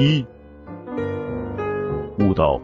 一、悟道。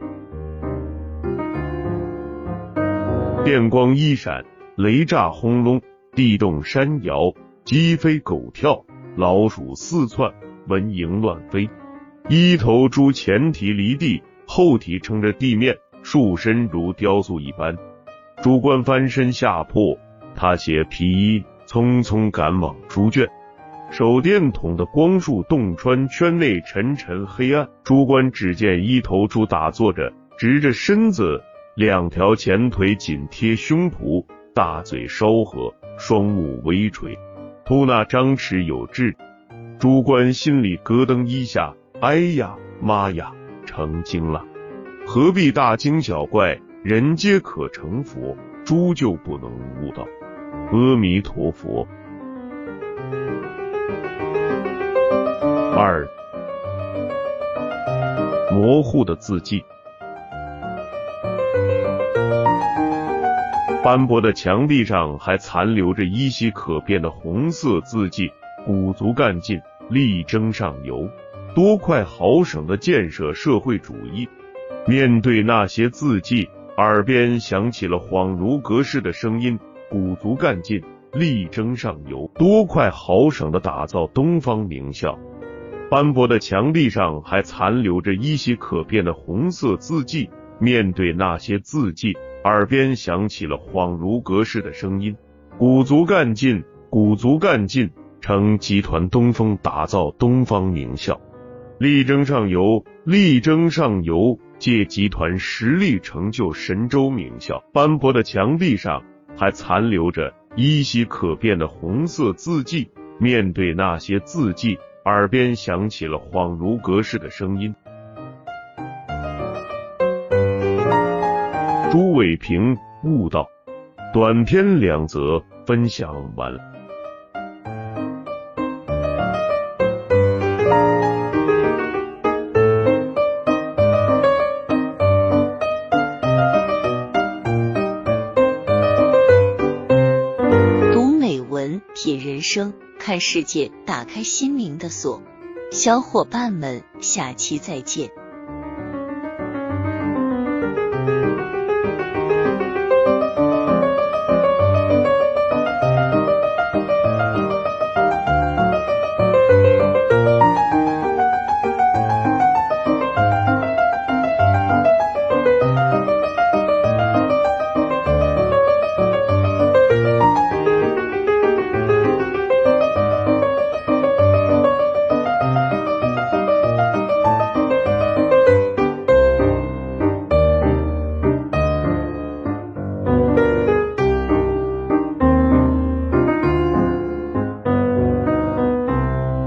电光一闪，雷炸轰隆，地动山摇，鸡飞狗跳，老鼠四窜，蚊蝇乱飞。一头猪前蹄离地，后蹄撑着地面，束身如雕塑一般。猪倌翻身下坡，他携皮衣，匆匆赶往猪圈。手电筒的光束洞穿圈内沉沉黑暗，猪倌只见一头猪打坐着，直着身子，两条前腿紧贴胸脯，大嘴稍合，双目微垂，吐纳张弛有致。猪倌心里咯噔一下，哎呀妈呀，成精了！何必大惊小怪？人皆可成佛，猪就不能悟道。阿弥陀佛。二、模糊的字迹。斑驳的墙壁上还残留着依稀可辨的红色字迹，鼓足干劲，力争上游，多快好省地建设社会主义。面对那些字迹，耳边响起了恍如隔世的声音，鼓足干劲，力争上游，多快好省地打造东方名校。斑驳的墙壁上还残留着依稀可辨的红色字迹，面对那些字迹，耳边响起了恍如隔世的声音，鼓足干劲，鼓足干劲，称集团东风，打造东方名校。力争上游，力争上游，借集团实力成就神州名校。斑驳的墙壁上还残留着依稀可辨的红色字迹，面对那些字迹，耳边响起了恍如隔世的声音。朱伟平悟道，短篇2则分享完了。 读美文，品人生，看世界，打开心灵的锁。小伙伴们，下期再见。